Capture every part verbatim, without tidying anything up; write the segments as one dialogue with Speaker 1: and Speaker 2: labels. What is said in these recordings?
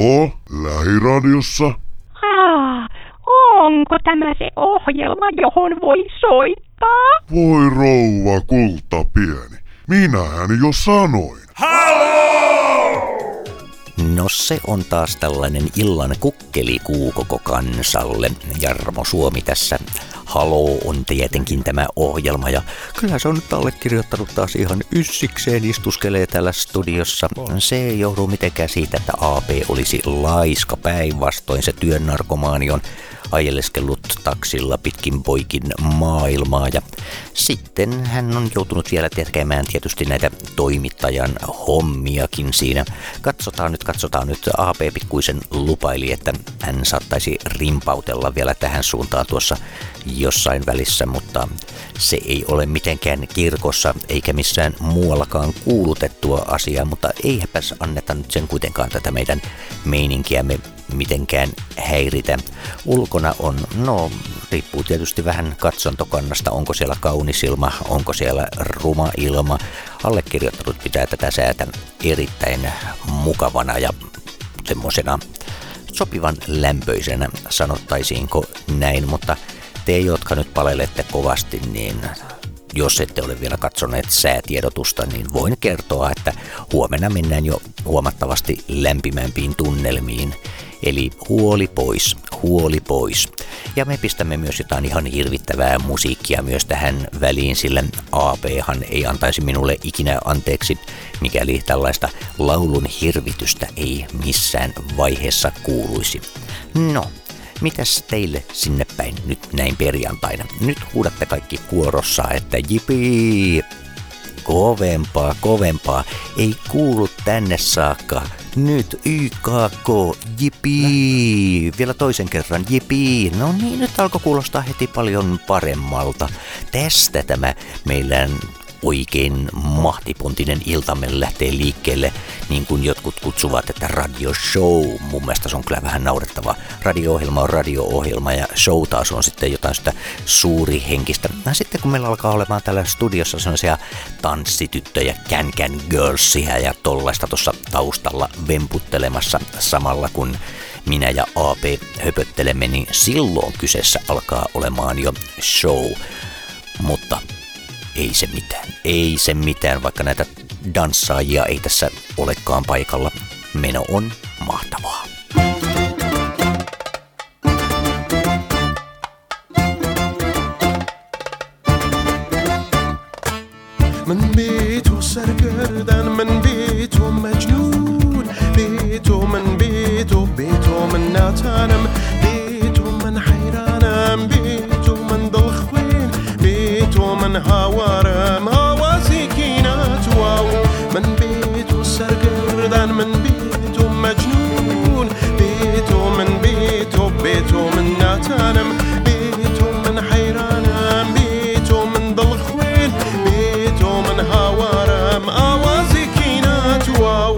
Speaker 1: Halo, lähiradiossa?
Speaker 2: Ah, onko tämä se ohjelma, johon voi soittaa?
Speaker 1: Voi rouva kulta pieni, minähän jo sanoin.
Speaker 3: Halo!
Speaker 4: No se on taas tällainen illan kukkelikuu koko kansalle. Jarmo Suomi tässä. Halo on tietenkin tämä ohjelma ja kyllä se on nyt allekirjoittanut taas ihan yssikseen istuskelee täällä studiossa. Se ei johdu mitenkään siitä, että A P olisi laiska, päinvastoin se työnarkomaani on ajeleskellut taksilla pitkin poikin maailmaa ja sitten hän on joutunut vielä tekemään tietysti näitä toimittajan hommiakin siinä. Katsotaan nyt, katsotaan nyt. A P pikkuisen lupaili, että hän saattaisi rimpautella vielä tähän suuntaan tuossa jossain välissä, mutta se ei ole mitenkään kirkossa eikä missään muuallakaan kuulutettua asiaa, mutta eipäs anneta nyt sen kuitenkaan tätä meidän meininkiämme mitenkään häiritä. Ulkona on, no riippuu tietysti vähän katsontokannasta, onko siellä kaunis ilma, onko siellä ruma ilma. Allekirjoittanut pitää tätä säätä erittäin mukavana ja semmosena sopivan lämpöisenä, sanottaisiinko näin, mutta te, jotka nyt palelette kovasti, niin jos ette ole vielä katsoneet säätiedotusta, niin voin kertoa, että huomenna mennään jo huomattavasti lämpimämpiin tunnelmiin. Eli huoli pois, huoli pois. Ja me pistämme myös jotain ihan hirvittävää musiikkia myös tähän väliin, sillä A P:han ei antaisi minulle ikinä anteeksi, mikäli tällaista laulun hirvitystä ei missään vaiheessa kuuluisi. No, mitäs teille sinne päin nyt näin perjantaina? Nyt huudatte kaikki kuorossa, että jipii! Kovempaa, kovempaa. Ei kuulu tänne saakka. Nyt Y K K, jipii. Vielä toisen kerran, jipii. No niin, nyt alkoi kuulostaa heti paljon paremmalta. Tästä tämä meidän oikein mahtipontinen iltamme lähtee liikkeelle, niin kuin jotkut kutsuvat, että radio show. Mun mielestä se on kyllä vähän naurettavaa. Radio-ohjelma on radio-ohjelma ja show taas on sitten jotain sitä suurihenkistä. Ja sitten kun meillä alkaa olemaan täällä studiossa sellaisia tanssityttöjä, can-can girlsia ja tollaista tuossa taustalla vemputtelemassa samalla kun minä ja A P höpöttelemme, niin silloin kyseessä alkaa olemaan jo show. Mutta ei se mitään, ei se mitään, vaikka näitä danssaajia ei tässä olekaan paikalla. Meno on mahtavaa.
Speaker 5: من بيته سرقردان من بيته مجنون بيته من بيته بيته من ناتانم بيته من حيرانم بيته من ضلخوين بيته من هوارم هوازيكينات واو من بيته سرقردان من بيته مجنون بيته من بيته بيته من ناتانم بيته من حيرانم بيته من ضلخوين بيته من هوارم هوازيكينات واو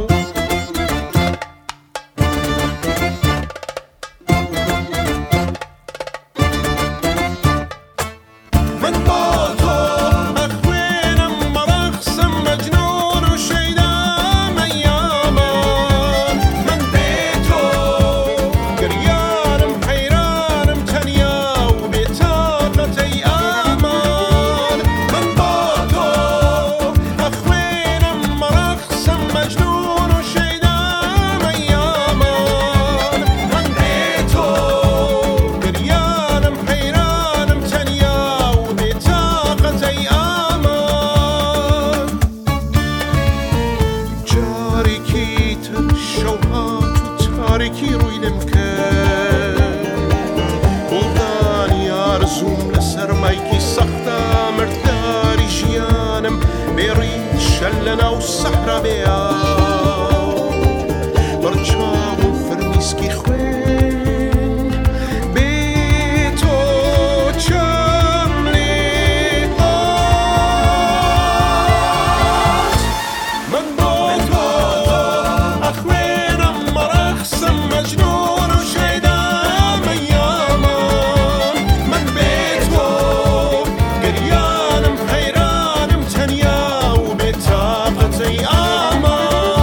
Speaker 6: Aman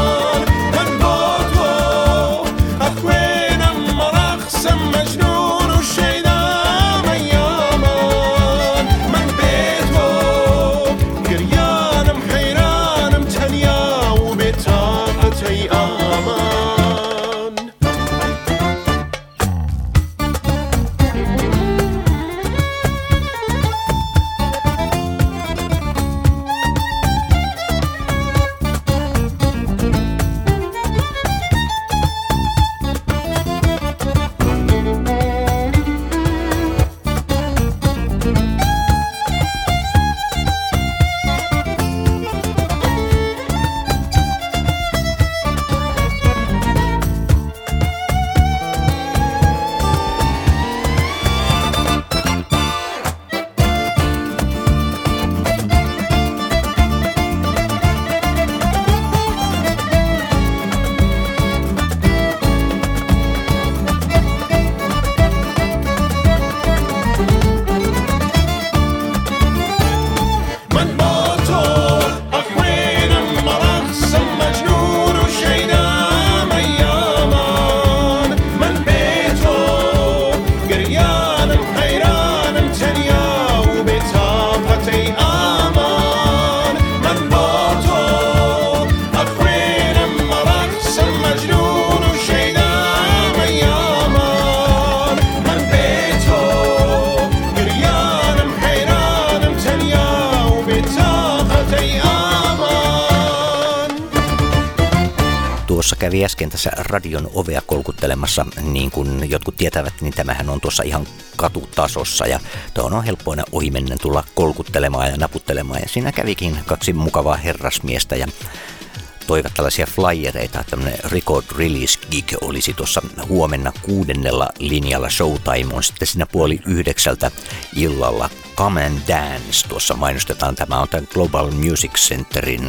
Speaker 4: kävi äsken tässä radion ovea kolkuttelemassa, niin kuin jotkut tietävät, niin tämähän on tuossa ihan katutasossa ja tuohon on helppo aina ohimennen tulla kolkuttelemaan ja naputtelemaan ja siinä kävikin kaksi mukavaa herrasmiestä ja toivat tällaisia flyereita, että tämmöinen record release gig olisi tuossa huomenna kuudennella linjalla. Showtime on sitten siinä puoli yhdeksältä illalla. Come and Dance, tuossa mainostetaan. Tämä on tämän Global Music Centerin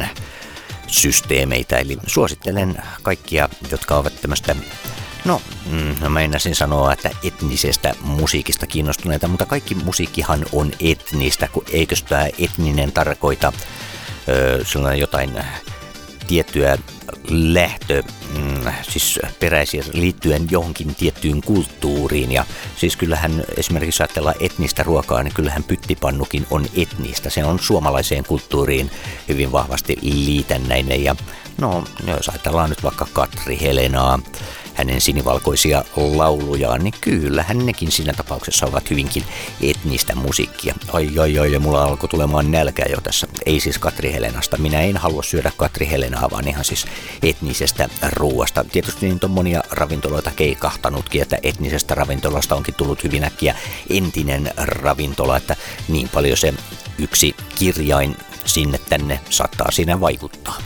Speaker 4: systeemeitä, eli suosittelen kaikkia, jotka ovat tämmöistä, no, mm, meinasin sanoa, että etnisestä musiikista kiinnostuneita, mutta kaikki musiikkihan on etnistä, kun eikös tämä etninen tarkoita öö, sellainen jotain tiettyä lähtö, mm, siis peräisiä liittyen johonkin tiettyyn kulttuuriin. Ja siis kyllähän esimerkiksi ajatellaan etnistä ruokaa, niin kyllähän pyttipannukin on etnistä. Se on suomalaiseen kulttuuriin hyvin vahvasti liitännäinen. Ja no, jos ajatellaan nyt vaikka Katri Helenaa, hänen sinivalkoisia laulujaan, niin kyllähän nekin siinä tapauksessa ovat hyvinkin etnistä musiikkia. Ai ai ai, ja mulla alkoi tulemaan nälkää jo tässä. Ei siis Katri Helenasta. Minä en halua syödä Katri Helenaa, vaan ihan siis etnisestä ruuasta. Tietysti niin on monia ravintoloita keikahtanutkin, että etnisestä ravintolasta onkin tullut hyvin äkkiä entinen ravintola, että niin paljon se yksi kirjain sinne tänne saattaa siinä vaikuttaa.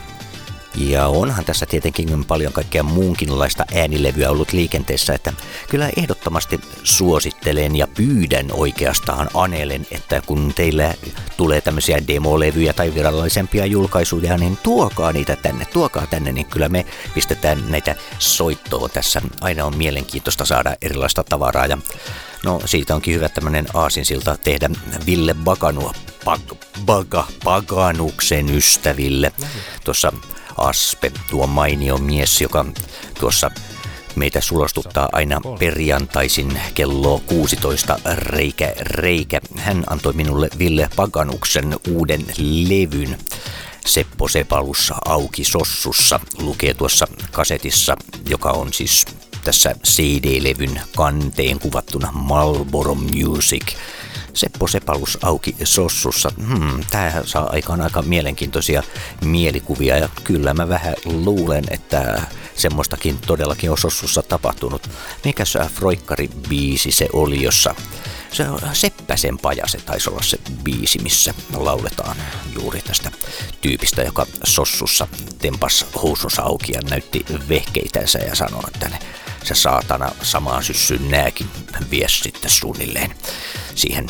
Speaker 4: Ja onhan tässä tietenkin paljon kaikkea muunkinlaista äänilevyä ollut liikenteessä, että kyllä ehdottomasti suosittelen ja pyydän oikeastaan anelen, että kun teillä tulee tämmöisiä demolevyjä tai virallisempia julkaisuja, niin tuokaa niitä tänne, tuokaa tänne, niin kyllä me pistetään näitä soittoon tässä. Aina on mielenkiintoista saada erilaista tavaraa ja no siitä onkin hyvä tämmönen aasinsilta tehdä Ville Baganua, Bag, Baga, Baganuksen ystäville. Tuossa Aspe, tuo mainio mies, joka tuossa meitä sulostuttaa aina perjantaisin kello kuusitoista reikä reikä. Hän antoi minulle Ville Baganuksen uuden levyn. Seppo Sepalussa auki sossussa lukee tuossa kasetissa, joka on siis tässä C D-levyn kanteen kuvattuna Marlboro Music. Seppo Sepalus auki sossussa. Hmm, tämähän saa aikaan aika mielenkiintoisia mielikuvia ja kyllä mä vähän luulen, että semmoistakin todellakin on sossussa tapahtunut. Mikäs Froikkari-biisi se oli, jossa se Seppäsen paja, se taisi olla se biisi, missä lauletaan juuri tästä tyypistä, joka sossussa tempas housunsa auki ja näytti vehkeitänsä ja sanoi, että ne, se saatana samaan syssyyn nääkin vies sitten suunnilleen siihen.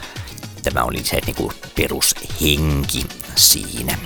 Speaker 4: Tämä oli se niinku perushenki siinä.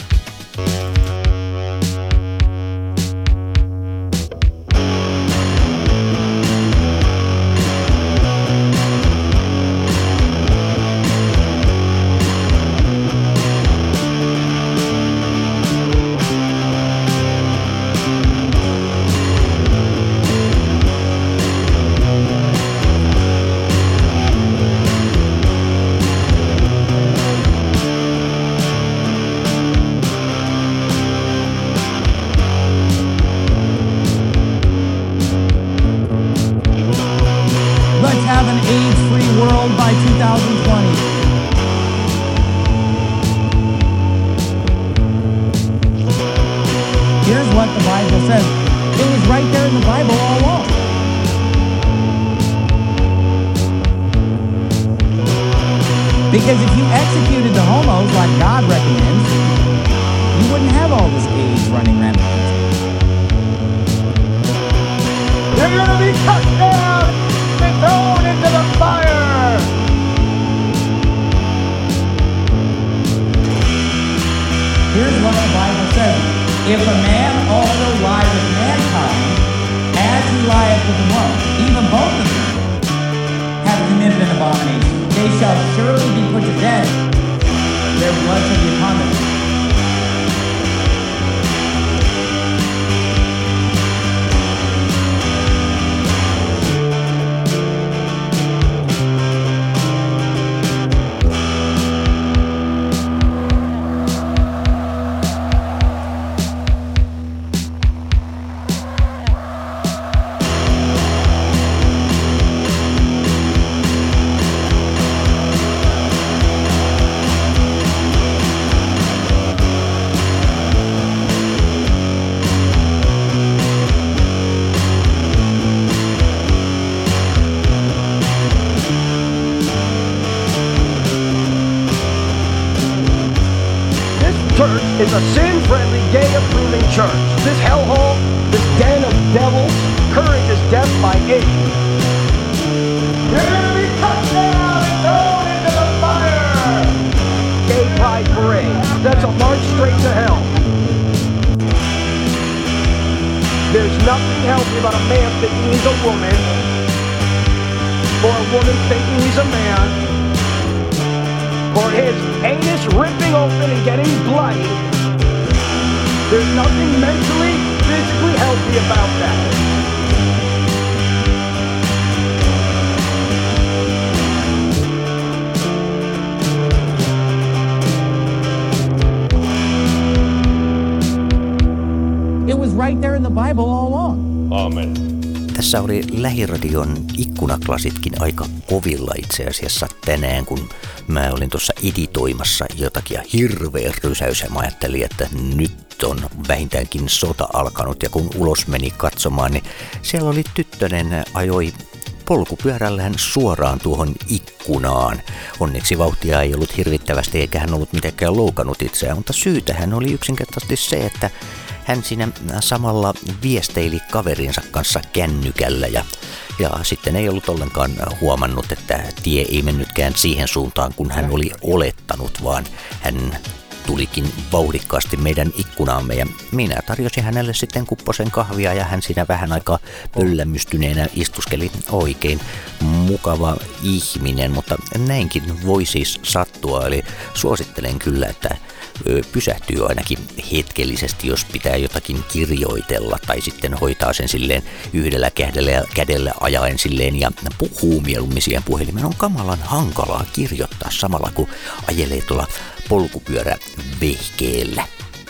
Speaker 6: Because if you executed the homos like God recommends, you wouldn't have all this AIDS running rampant. You're gonna be cut down and thrown into the fire! Here's what the Bible says. If a man also lie with mankind, as he lieth with the woman, even both of them have committed an abomination. They shall surely be put to death. Their blood shall be upon them.
Speaker 7: church is a sin-friendly, gay-approving church. This hellhole, this den of devils, courage is death by eight. You're gonna be cut down and thrown into the fire! Gay pride parade. That's a march straight to hell. There's nothing healthy about a man thinking he's a woman, or a woman thinking he's a man, or his anus ripping open and getting bloody. There's nothing mentally, physically healthy about that.
Speaker 6: It was right there in the Bible all along.
Speaker 3: Amen.
Speaker 4: Tässä oli Lähiradion ikkunaklasitkin aika kovilla itse asiassa tänään, kun mä olin tuossa editoimassa jotakin ja hirveä rysäys ja mä ajattelin, että nyt on vähintäänkin sota alkanut ja kun ulos meni katsomaan, niin siellä oli tyttönen ajoi polkupyörällään suoraan tuohon ikkunaan. Onneksi vauhtia ei ollut hirvittävästi eikä hän ollut mitenkään loukannut itseään, mutta syytähän oli yksinkertaisesti se, että hän siinä samalla viesteili kaverinsa kanssa kännykällä ja, ja sitten ei ollut ollenkaan huomannut, että tie ei mennytkään siihen suuntaan, kun hän oli olettanut, vaan hän tulikin vauhdikkaasti meidän ikkunaamme ja minä tarjosin hänelle sitten kupposen kahvia ja hän siinä vähän aikaa pöllämystyneenä istuskeli. Oikein mukava ihminen, mutta näinkin voi siis sattua, eli suosittelen kyllä, että pysähtyy ainakin hetkellisesti, jos pitää jotakin kirjoitella tai sitten hoitaa sen silleen yhdellä kädellä, kädellä ajaen silleen ja puhuu mieluummin siihen puhelimeen. On kamalan hankalaa kirjoittaa samalla kun ajelee tuolla polkupyörävehkeellä.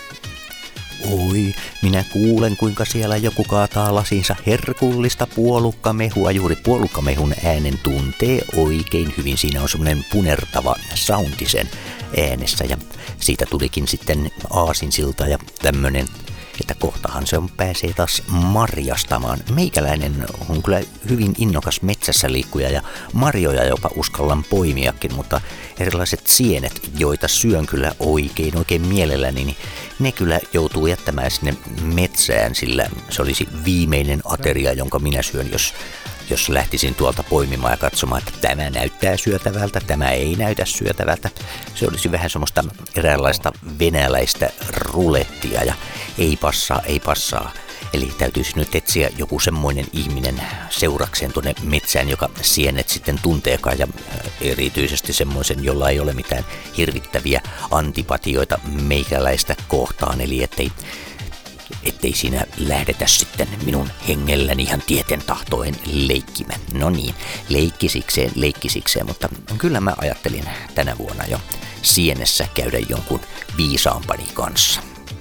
Speaker 4: Oi, minä kuulen kuinka siellä joku kaataa lasinsa herkullista puolukkamehua. Juuri puolukkamehun äänen tuntee oikein hyvin. Siinä on semmoinen punertava soundi sen äänessä ja siitä tulikin sitten aasinsilta ja tämmönen, että kohtahan se on pääsee taas marjastamaan. Meikäläinen on kyllä hyvin innokas metsässä liikkuja ja marjoja jopa uskallan poimiakin, mutta erilaiset sienet, joita syön kyllä oikein oikein mielelläni, niin ne kyllä joutuu jättämään sinne metsään, sillä se olisi viimeinen ateria, jonka minä syön, jos Jos lähtisin tuolta poimimaan ja katsomaan, että tämä näyttää syötävältä, tämä ei näytä syötävältä. Se olisi vähän semmoista eräänlaista venäläistä rulettia ja ei passaa, ei passaa. Eli täytyisi nyt etsiä joku semmoinen ihminen seurakseen tuonne metsään, joka sienet sitten tunteekaan ja erityisesti semmoisen, jolla ei ole mitään hirvittäviä antipatioita meikäläistä kohtaan, eli ettei ettei siinä lähdetä sitten minun hengelläni ihan tieten tahtoen leikkimään. No niin, leikkisikseen, leikkisikseen, mutta kyllä mä ajattelin tänä vuonna jo sienessä käydä jonkun viisaampani kanssa.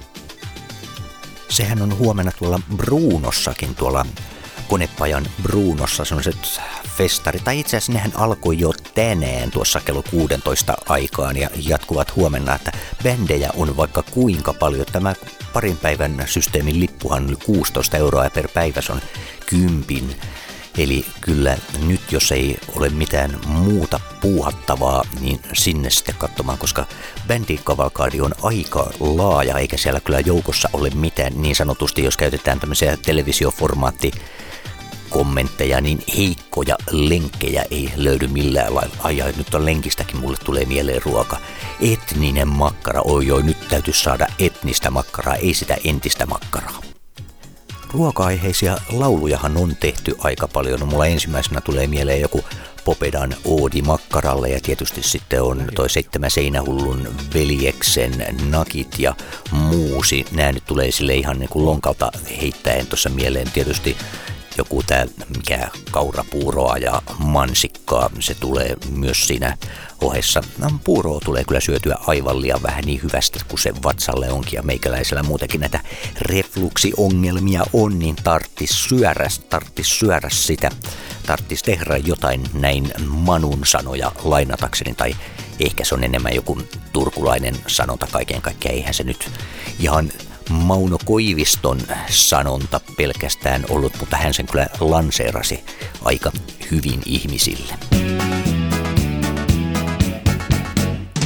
Speaker 4: Sehän on huomenna tuolla Bruunossakin, tuolla konepajan Bruunossa sellaiset festari, tai itse asiassa nehän alkoi jo tänään tuossa kello kuusitoista aikaan ja jatkuvat huomenna, että bändejä on vaikka kuinka paljon. Tämä parin päivän systeemin lippuhan oli kuusitoista euroa ja per päivä se on kympin. Eli kyllä nyt jos ei ole mitään muuta puuhattavaa, niin sinne sitten katsomaan, koska bändikavalkaadi on aika laaja, eikä siellä kyllä joukossa ole mitään niin sanotusti, jos käytetään tämmöisiä televisioformaatti kommentteja, niin heikkoja lenkkejä ei löydy millään lailla. Ai, ai nyt on lenkistäkin, mulle tulee mieleen ruoka. Etninen makkara, oi oi, nyt täytyisi saada etnistä makkaraa, ei sitä entistä makkaraa. Ruoka-aiheisia laulujahan on tehty aika paljon. No, mulla ensimmäisenä tulee mieleen joku Popedan oodi makkaralle ja tietysti sitten on toi Seitsemän seinähullun veljeksen nakit ja muusi. Nää nyt tulee sille ihan niin kuin lonkalta heittäen tuossa mieleen tietysti joku tää mikä kaurapuuroa ja mansikkaa, se tulee myös siinä ohessa. No, puuroa tulee kyllä syötyä aivan liian vähän niin hyvästä kuin se vatsalle onkin ja meikäläisellä muutenkin näitä refluksiongelmia on, niin tarttis syödä, tarttis syödä sitä. Tarttis tehdä jotain näin Manun sanoja lainatakseni, tai ehkä se on enemmän joku turkulainen sanonta kaiken kaikkiaan, eihän se nyt ihan Mauno Koiviston sanonta pelkästään ollut, mutta hän sen kyllä lanseerasi aika hyvin ihmisille.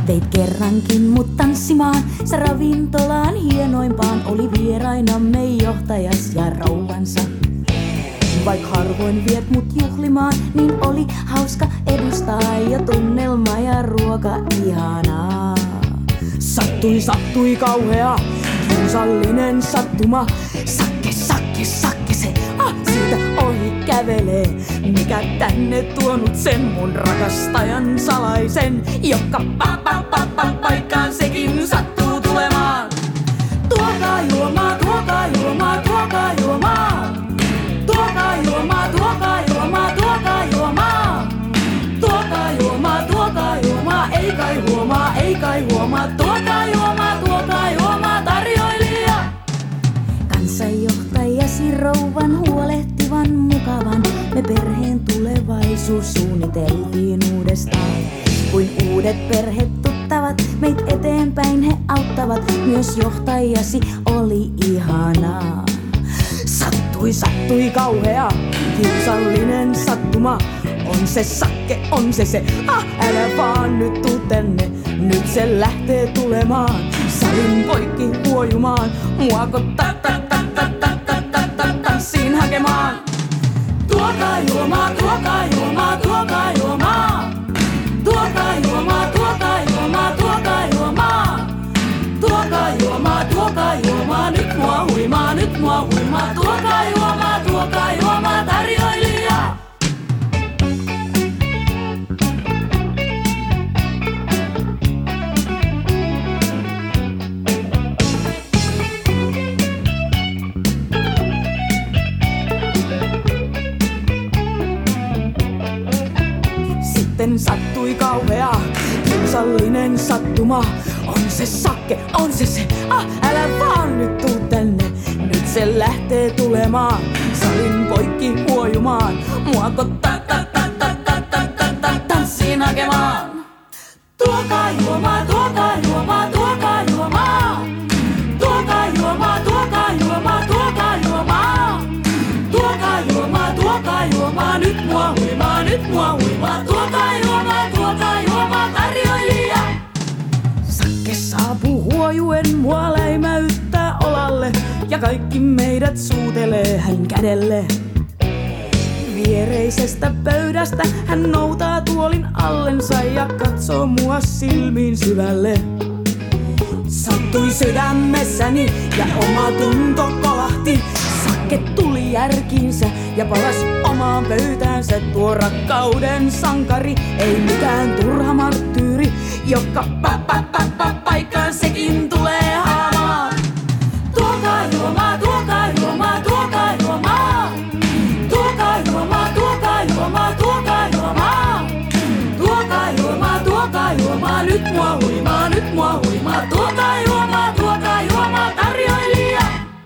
Speaker 8: Veit kerrankin mut tanssimaan, sä ravintolaan hienoimpaan. Oli vierainamme johtajas ja rouvansa. Vaik harvoin viet mut juhlimaan, niin oli hauska edustaa ja tunnelma ja ruoka ihanaa. Sattui, sattui kauhea, kiusallinen sattuma. Sakke, sakke, sakke se, ah, siitä ohi kävelee. Mikä tänne tuonut sen mun rakastajan salaisen, joka pa, pa, pa, pa, paikkaan sekin sattuu tulemaan. Tuokaa juomaa, tuokaa juomaa, tuokaa juomaa. Tuokaa juomaa, tuokaa juomaa, tuokaa juomaa. Tuokaa juomaa, tuokaa juomaa, ei kai huomaa, ei kai huomaa. Tuokaa juomaa, tuokaa juomaa, tarjoilija. Kansanjohtajasi rouvan huolehtivan mukavan. Me perheen tulevaisuus suunniteltiin uudestaan. Kuin uudet perhetuttavat, meit eteenpäin he auttavat. Myös johtajasi oli ihanaa. Sattui, sattui kauhea, kiusallinen sattuma. On se sakke, on se se, ah, älä vaan nyt tuu tänne. Nyt se lähtee tulemaan, salin poikki huojumaan. Muako ta ta ta ta ta ta ta ta tanssiin hakemaan. Tuokaa juomaa, tuokaa juomaa, tuokaa juomaa. Tuokaa juomaa, tuokaa juomaa, tuokaa juomaa. Tuokaa juomaa, tuokaa juomaa, nyt mua huimaa, nyt mua huimaa. Tuokaa juomaa, tuokaa juomaa, tarjoilija. Sitten sattui kauhea, kiusallinen sattuma. On se sakke, on se se, ah, älä vaan nyt tuu tänne. Nyt se lähtee tulemaan, salin poikki huojumaan. Muako ta ta ta ta ta ta ta ta tanssiin hakemaan. Tuokaa juomaa, tuokaa juomaa, tuokaa juomaa. Tuokaa juomaa, tuokaa juomaa, tuokaa juomaa. Tuokaa juomaa, tuokaa juomaa, nyt mua huimaa, nyt mua huimaa. Tuokaa juomaa, tuokaa juomaa, tarjoilija. Sakke saapuu huojuen, mua läimäyttää olalle. Ja kaikki meidät suutelee hän kädelle. Viereisestä pöydästä hän noutaa tuolin allensa ja katsoo mua silmiin syvälle. Sattui sydämessäni ja oma tunto kolahti. Sakke tuli järkiinsä ja palasi omaan pöytäänsä. Tuo rakkauden sankari, ei mikään turha marttyyri, joka pa pa pa pa paikkaan sekin tulee haamaan. Tuokaa juomaa, tuokaa juomaa, tuokaa juomaa. Tuokaa juomaa, tuokaa juomaa, tuokaa juomaa. Tuokaa juomaa, tuokaa juomaa, nyt mua huimaa, nyt mua huimaa. Tuokaa juomaa, tuokaa juomaa, tarjoilija.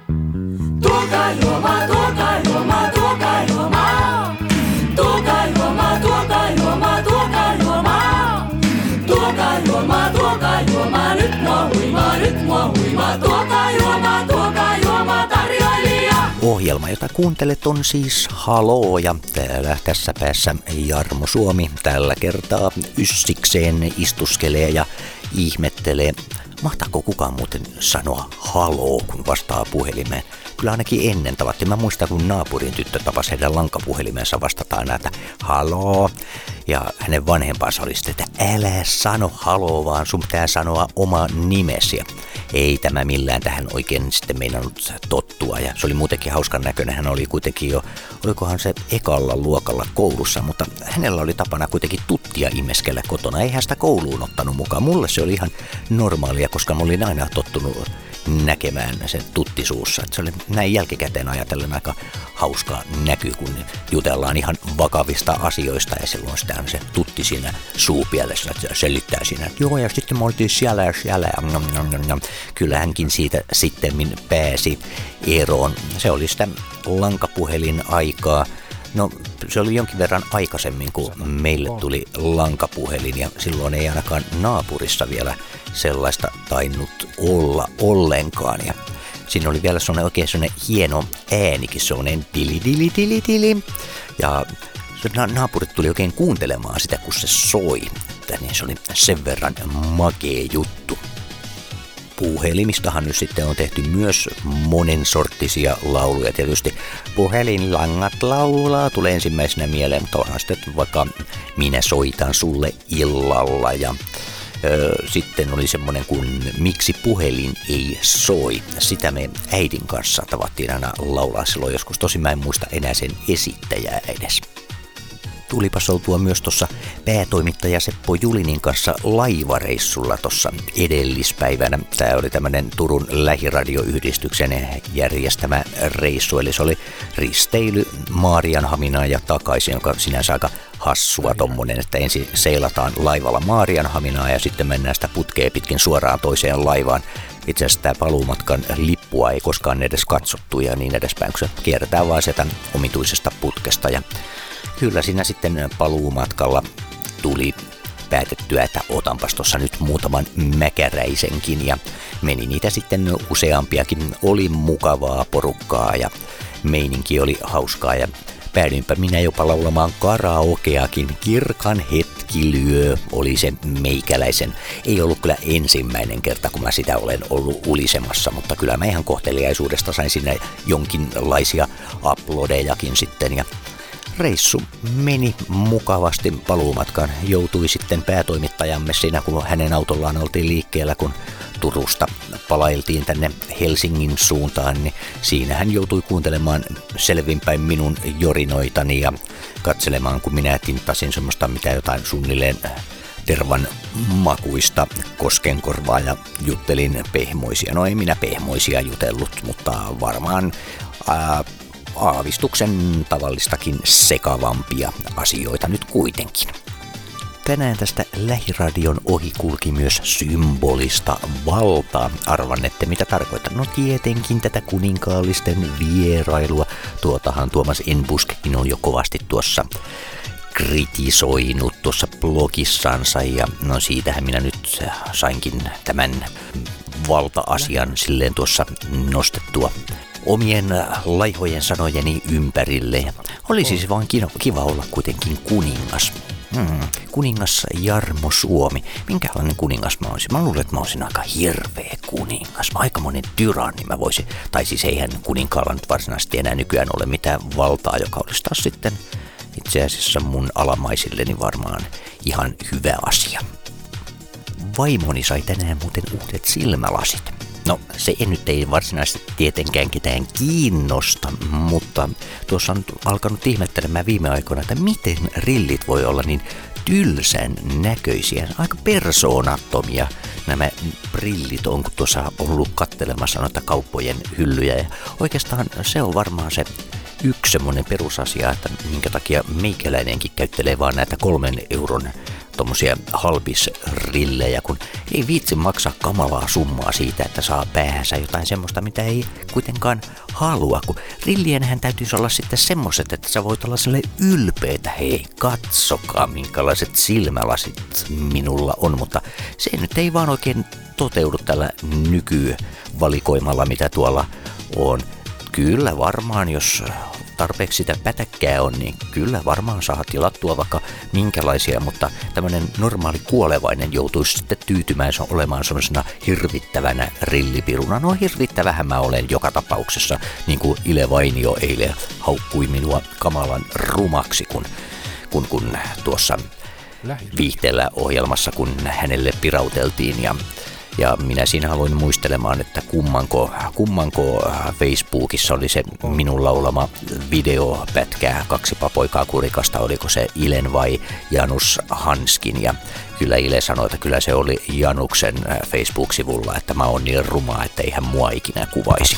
Speaker 8: Tuokaa juomaa, tuokaa juomaa, tuokaa juomaa. Tuokaa juomaa, tuokaa juomaa, tuokaa juomaa. Tuokaa juomaa, tuokaa juomaa, nyt mua huimaa, nyt mua huimaa. Tuokaa juomaa, tuokaa juomaa, tarjoilija.
Speaker 4: Ohjelma, jota kuuntelet, on siis Haloo, ja täällä tässä päässä Jarmo Suomi tällä kertaa yssikseen istuskelee ja ihmettelee. Mahtaako kukaan muuten sanoa haloo, kun vastaa puhelimeen? Kyllä ainakin ennen tavattiin. Mä muistan, kun naapurin tyttö tapasi heidän lankapuhelimeensa vastataan näitä haloo. Ja hänen vanhempansa oli sitten, että älä sano haloo, vaan sun pitää sanoa oma nimesi. Ei tämä millään tähän oikein sitten meinannut tottua. Ja se oli muutenkin hauskan näköinen. Hän oli kuitenkin jo, olikohan se ekalla luokalla koulussa, mutta hänellä oli tapana kuitenkin tuttia imeskellä kotona. Ei hän sitä kouluun ottanut mukaan. Mulle se oli ihan normaalia, koska mä olin aina tottunut näkemään sen tuttisuussa. Se oli näin jälkikäteen ajatellen aika hauskaa näkyy, kun jutellaan ihan vakavista asioista ja silloin sitä on se tutti siinä suupielessä, että se selittää siinä, että joo, ja sitten me oltiin siellä ja siellä. Kyllä hänkin siitä sittemmin pääsi eroon. Se oli sitä lankapuhelin aikaa. No, se oli jonkin verran aikaisemmin, kun meille tuli lankapuhelin, ja silloin ei ainakaan naapurissa vielä sellaista tainnut olla ollenkaan. Ja siinä oli vielä sellainen oikein sellainen hieno äänikin, sellainen tili tili tili tili. Ja naapurit tuli oikein kuuntelemaan sitä, kun se soi. että niin se oli sen verran makea juttu. Puhelimistahan nyt sitten on tehty myös monensorttisia lauluja. Tietysti puhelinlangat laulaa tulee ensimmäisenä mieleen, mutta onhan sitten vaikka minä soitan sulle illalla ja Öö, sitten oli semmonen kuin Miksi puhelin ei soi. Sitä me äidin kanssa tavattiin aina laulaa silloin joskus. Tosin mä en muista enää sen esittäjää edes. Tulipas oltua myös tuossa päätoimittaja Seppo Julinin kanssa laivareissulla tuossa edellispäivänä. Tämä oli tämmönen Turun lähiradioyhdistyksen järjestämä reissu, eli se oli risteily Maarianhaminaan ja takaisin, joka sinänsä aika hassua tommonen, että ensin seilataan laivalla Maarianhaminaan ja sitten mennään sitä putkea pitkin suoraan toiseen laivaan. Itse asiassa tämä paluumatkan lippua ei koskaan edes katsottu ja niin edespäin, kun se kierretään vaan sieltä omituisesta putkesta. Ja kyllä siinä sitten paluumatkalla tuli päätettyä, että otanpas tuossa nyt muutaman mäkäräisenkin ja meni niitä sitten useampiakin. Oli mukavaa porukkaa ja meininki oli hauskaa ja päädyinpä minä jopa laulamaan karaokeakin. Kirkan hetki lyö oli se meikäläisen. Ei ollut kyllä ensimmäinen kerta, kun mä sitä olen ollut ulisemassa, mutta kyllä mä ihan kohteliaisuudesta sain sinne jonkinlaisia uploadejakin sitten ja reissu meni mukavasti paluumatkan. Joutui sitten päätoimittajamme siinä, kun hänen autollaan oltiin liikkeellä, kun Turusta palailtiin tänne Helsingin suuntaan, niin siinä hän joutui kuuntelemaan selvinpäin minun jorinoitani ja katselemaan, kun minä tinttasin semmoista mitä jotain suunnilleen tervan makuista koskenkorvaa ja juttelin pehmoisia. No ei minä pehmoisia jutellut, mutta varmaan ää, aavistuksen tavallistakin sekavampia asioita nyt kuitenkin. Tänään tästä lähiradion ohi kulki myös symbolista valtaa. Arvannette mitä tarkoittaa? No tietenkin tätä kuninkaallisten vierailua. Tuotahan Tuomas Enbuskkin on jo kovasti tuossa kritisoinut tuossa blogissansa ja no siitähän minä nyt sainkin tämän valta-asian silleen tuossa nostettua omien laihojen sanojeni ympärille. Oli siis vaan kiva olla kuitenkin kuningas. Hmm, kuningas Jarmo Suomi. Minkälainen kuningas mä olisin? Mä luulen, että mä olisin aika hirveä kuningas. Mä aikamoinen tyranni mä voisin. Tai siis eihän kuninkaalla nyt varsinaisesti enää nykyään ole mitään valtaa, joka olisi taas sitten itse asiassa mun alamaisilleni varmaan ihan hyvä asia. Vaimoni sai tänään muuten uudet silmälasit. No, se ei nyt ei varsinaisesti tietenkään ketään kiinnosta, mutta tuossa on alkanut ihmettelemään viime aikoina, että miten rillit voi olla niin tylsän näköisiä, aika persoonattomia nämä brillit on, kun tuossa on ollut kattelemassa noita kauppojen hyllyjä. Ja oikeastaan se on varmaan se yksi semmoinen perusasia, että minkä takia meikäläinenkin käyttelee vaan näitä kolmen euron tommosia halpisrillejä, kun ei viitsi maksaa kamalaa summaa siitä, että saa päähänsä jotain semmoista, mitä ei kuitenkaan halua, kun rillienhän täytyisi olla sitten semmoiset, että sä voit olla sille ylpeitä, hei katsokaa minkälaiset silmälasit minulla on, mutta se nyt ei vaan oikein toteudu tällä nykyvalikoimalla, mitä tuolla on. Kyllä varmaan, jos tarpeeksi sitä pätäkkää on, niin kyllä varmaan saa tilattua vaikka minkälaisia, mutta tämmönen normaali kuolevainen joutuisi sitten tyytymään olemaan semmoisena hirvittävänä rillipiruna. No hirvittävähän mä olen joka tapauksessa, niin kuin Ile Vainio eilen haukkui minua kamalan rumaksi, kun, kun, kun tuossa viihteellä ohjelmassa, kun hänelle pirauteltiin ja Ja minä siinä aloin muistelemaan, että kummanko, kummanko Facebookissa oli se minun laulama videopätkää Kaksipa poikaa kurikasta, oliko se Ilen vai Janus Hanskin. Ja kyllä Ile sanoi, että kyllä se oli Januksen Facebook-sivulla, että mä oon niin ruma, että eihän mua ikinä kuvaisi.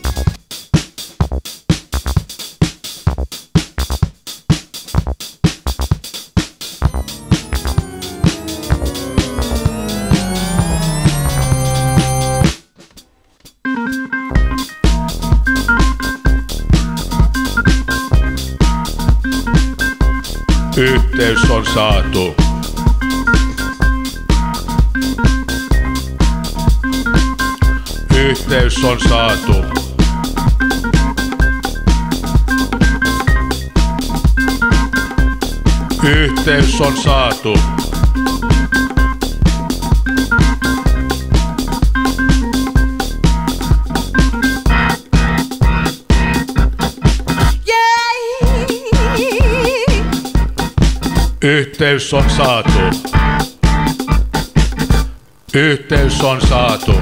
Speaker 3: Yhteys on saatu. Yhteys on saatu. Yhteys on saatu. Yhteys on saatu. Yhteys on saatu.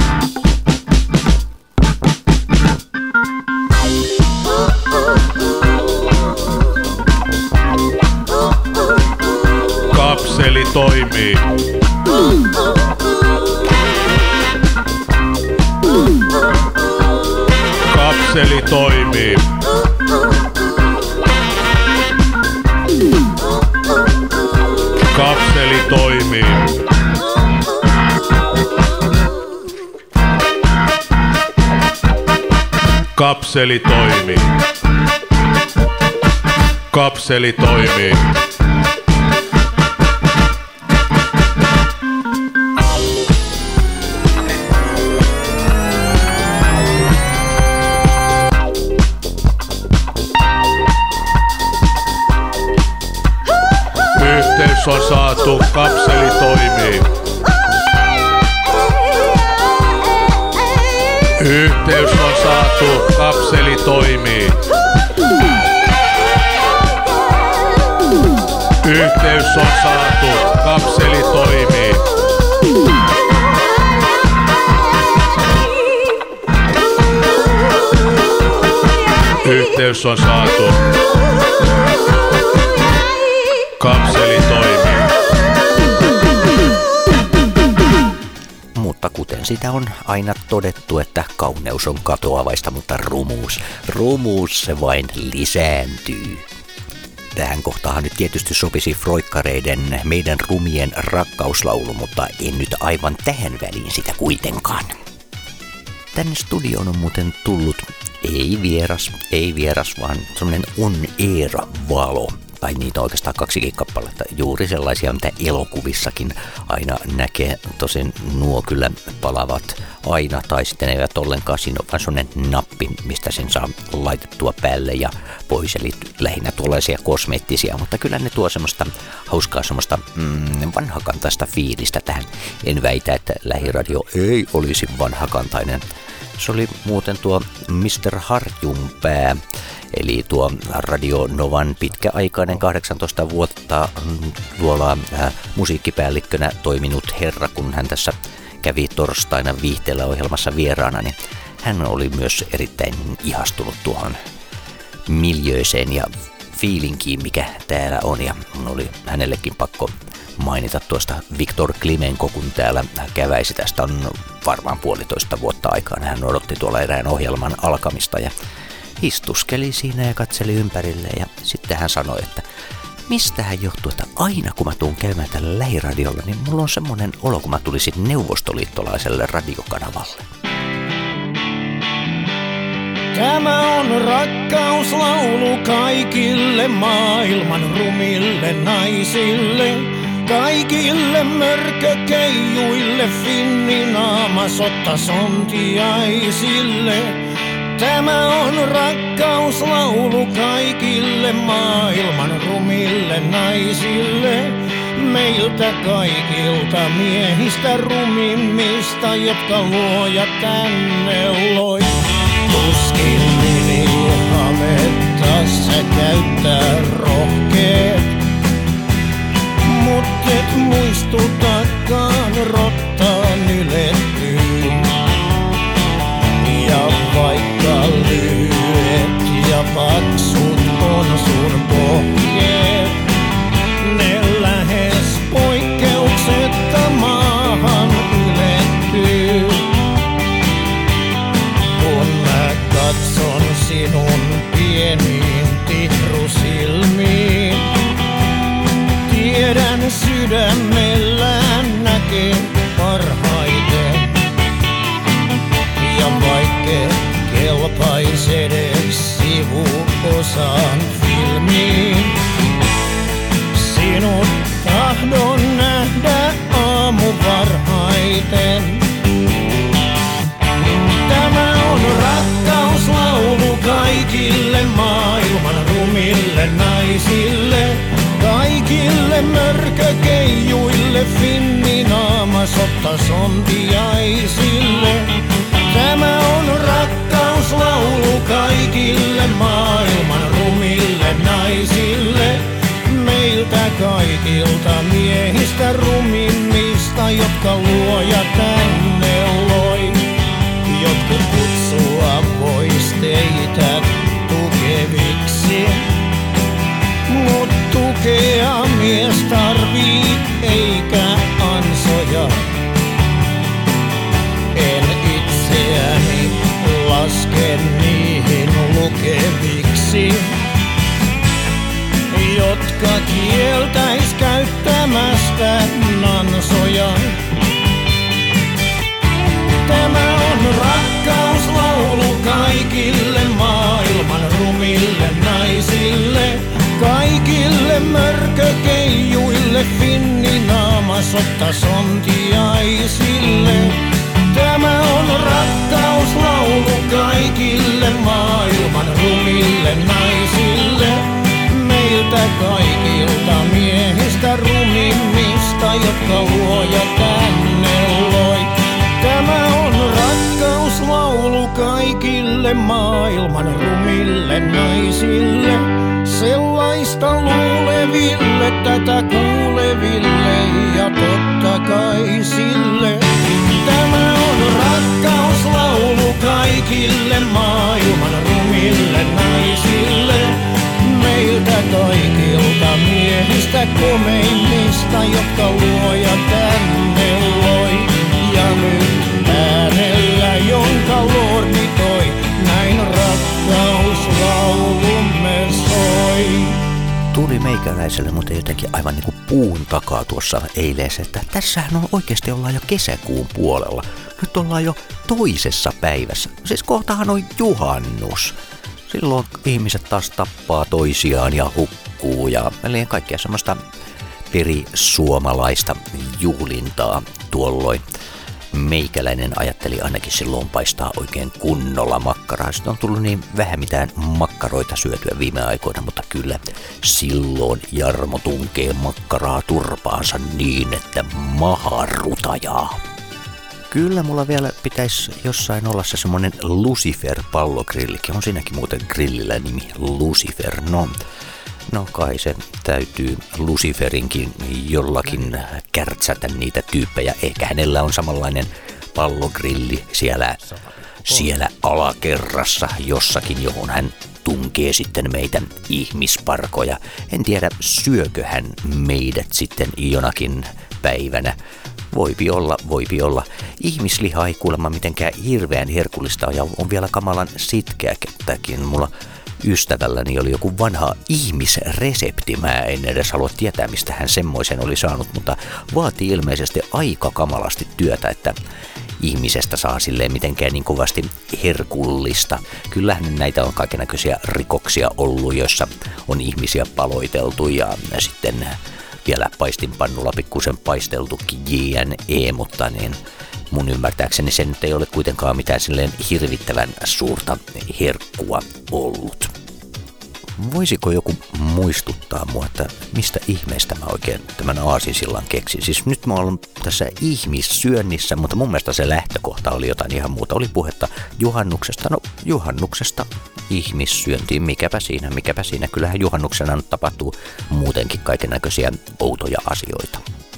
Speaker 3: Kapseli toimii. Kapseli toimii. Kapseli toimii. Kapseli toimii. Kapseli toimii. Yhteys on saatu, kapseli toimii. Yhteys on saatu, kapseli toimii. Yhteys on saatu, kapseli toimii. Yhteys on saatu. Kapseli toimii.
Speaker 4: Mutta kuten sitä on aina todettu, että kauneus on katoavaista, mutta rumuus, rumuus se vain lisääntyy. Tähän kohtaan nyt tietysti sopisi Froikkareiden Meidän rumien rakkauslaulu, mutta en nyt aivan tähän väliin sitä kuitenkaan. Tänne studioon on muuten tullut ei vieras, ei vieras, vaan semmonen on-air-valo. Tai niitä on oikeastaan kaksikin kappaletta, juuri sellaisia, mitä elokuvissakin aina näkee. Tosin nuo kyllä palavat aina, tai sitten eivät ollenkaan. Siinä on vain sellainen nappi, mistä sen saa laitettua päälle ja pois, eli lähinnä tuollaisia kosmeettisia. Mutta kyllä ne tuo semmoista hauskaa, semmoista mm, vanhakantaista fiilistä tähän. En väitä, että lähiradio ei olisi vanhakantainen. Se oli muuten tuo mister Harjunpää, eli tuo Radio Novan pitkäaikainen kahdeksantoista vuotta tuolla äh, musiikkipäällikkönä toiminut herra, kun hän tässä kävi torstaina Viihteellä ohjelmassa vieraana, niin hän oli myös erittäin ihastunut tuohon miljööseen ja fiilinkiin, mikä täällä on, ja oli hänellekin pakko mainita tuosta Viktor Klimenko, kun täällä käväisi. Tästä on varmaan puolitoista vuotta aikaan. Hän odotti tuolla erään ohjelman alkamista ja istuskeli siinä ja katseli ympärilleen, ja sitten hän sanoi, että mistähän johtuu, että aina kun mä tuun käymään tällä lähiradiolla, niin mulla on semmoinen olo, kun mä tulisin neuvostoliittolaiselle radiokanavalle.
Speaker 9: Tämä on rakkauslaulu kaikille maailman rumille naisille, kaikille mörkökeijuille, finninaamasottasontiaisille. Tämä on rakkauslaulu kaikille maailman rumille naisille, meiltä kaikilta miehistä rumimmista, jotka luoja tänne loi. Tuskin minihametta sä käyttää rohkeet, mut et muistutakaan rottaan ylettyyn. Ja vaikka lyhyet ja paksut on sun pohkeet, ne lähes poikkeuksetta maahan ylettyy. Kun mä katson sinun pieniin tihrusilmiin, tiedän sydämellään näkee parhaiten. Ja vaikke kelpais edes sivuosaan filmiin, sinut tahdon nähdä aamu varhaiten. Tämä on rakkauslaulu kaikille maailman rumille naisille, kaikille mörkökeijuille, finninaamasottasontiaisille. Tämä on rakkauslaulu kaikille maailman rumille naisille, meiltä kaikille. meistä rumimmista, jotka luoja tänne loi. Jotkut kutsua vois teitä tukeviksi, mut tukea mies tarvii eikä ansoja. En itseäni laske niihin lukeviksi, jotka kieltäis käyttämästä nansoja. Tämä on rakkauslaulu kaikille maailman rumille naisille, kaikille mörkökeijuille, finninaamasotta-sontiaisille. Tämä on rakkauslaulu kaikille maailman rumille naisille, meiltä kaikilta miehistä rumimmista, jotka luoja tänne loi. Tämä on rakkauslaulu kaikille maailman rumille naisille, sellaista luuleville, tätä kuuleville ja totta kai sille. Tämä on rakkauslaulu kaikille maailman rumille naisille, meiltä kaikilta miehistä komeimmista, jotka luoja tänne loi. Ja nyt äänellä, jonka lordi toi, näin rakkauslaulumme soi.
Speaker 4: Tuli meikäläiselle mutta jotenkin aivan niin kuin puun takaa tuossa eileensä, että tässähän on oikeasti ollaan jo kesäkuun puolella. Nyt ollaan jo toisessa päivässä. Siis kohtahan on juhannus. Silloin ihmiset taas tappaa toisiaan ja hukkuu ja eli kaikkea semmoista perisuomalaista juhlintaa tuolloin. Meikäläinen ajatteli ainakin silloin paistaa oikein kunnolla makkaraa. Sitten on tullut niin vähän mitään makkaroita syötyä viime aikoina, mutta kyllä silloin Jarmo tunkee makkaraa turpaansa niin, että maha rutajaa. Kyllä mulla vielä pitäisi jossain olla se semmonen Lucifer-pallogrillikin. On siinäkin muuten grillillä nimi Lucifer. No, no kai se täytyy Luciferinkin jollakin kärtsätä niitä tyyppejä. Ehkä hänellä on samanlainen pallogrilli siellä, siellä alakerrassa jossakin, johon hän tunkee sitten meitä ihmisparkoja. En tiedä, syökö hän meidät sitten jonakin päivänä. Voipi olla, voipi olla. Ihmisliha ei kuulemma mitenkään hirveän herkullista ja on vielä kamalan sitkeäkin. Mulla ystävälläni oli joku vanha ihmisresepti. Mä en edes halua tietää, mistä hän semmoisen oli saanut, mutta vaatii ilmeisesti aika kamalasti työtä, että ihmisestä saa silleen mitenkään niin kovasti herkullista. Kyllähän näitä on kaikennäköisiä rikoksia ollut, joissa on ihmisiä paloiteltu ja sitten vielä paistinpannulla pikkusen paisteltukin jne, mutta niin mun ymmärtääkseni se nyt ei ole kuitenkaan mitään silleen hirvittävän suurta herkkua ollut. Voisiko joku muistuttaa mua, että mistä ihmeestä mä oikein tämän aasinsillan keksin? Siis nyt mä oon tässä ihmissyönnissä, mutta mun mielestä se lähtökohta oli jotain ihan muuta. Oli puhetta juhannuksesta, no juhannuksesta ihmissyöntiin, mikäpä siinä, mikäpä siinä. Kyllähän juhannuksena nyt tapahtuu muutenkin kaikennäköisiä outoja asioita.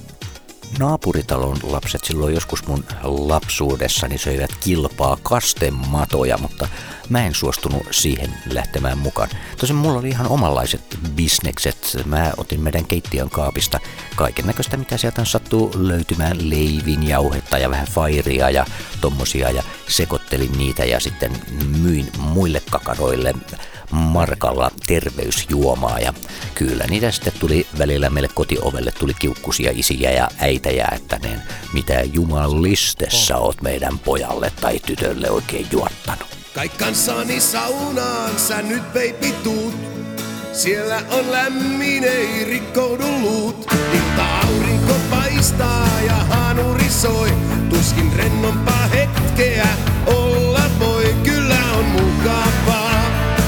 Speaker 4: Naapuritalon lapset silloin joskus mun lapsuudessani söivät kilpaa kastematoja, mutta mä en suostunut siihen lähtemään mukaan. Tosin mulla oli ihan omanlaiset bisnekset. Mä otin meidän keittiön kaapista kaiken näköistä, mitä sieltä sattuu löytymään, leivin, jauhetta ja vähän fairia ja tommosia, ja sekoittelin niitä ja sitten myin muille kakaroille markalla terveysjuomaa, ja kyllä niitä sitten tuli välillä meille kotiovelle tuli kiukkusia isiä ja äitejä, että ne, mitä jumalistessa oot meidän pojalle tai tytölle oikein juottanut.
Speaker 5: Kai kanssani saunaan sä nyt baby tuut. Siellä on lämmin, ei rikkoudu luut. Ilta aurinko paistaa ja hanuri soi. Tuskin rennompaa hetkeä olla voi. Kyllä on mukavaa.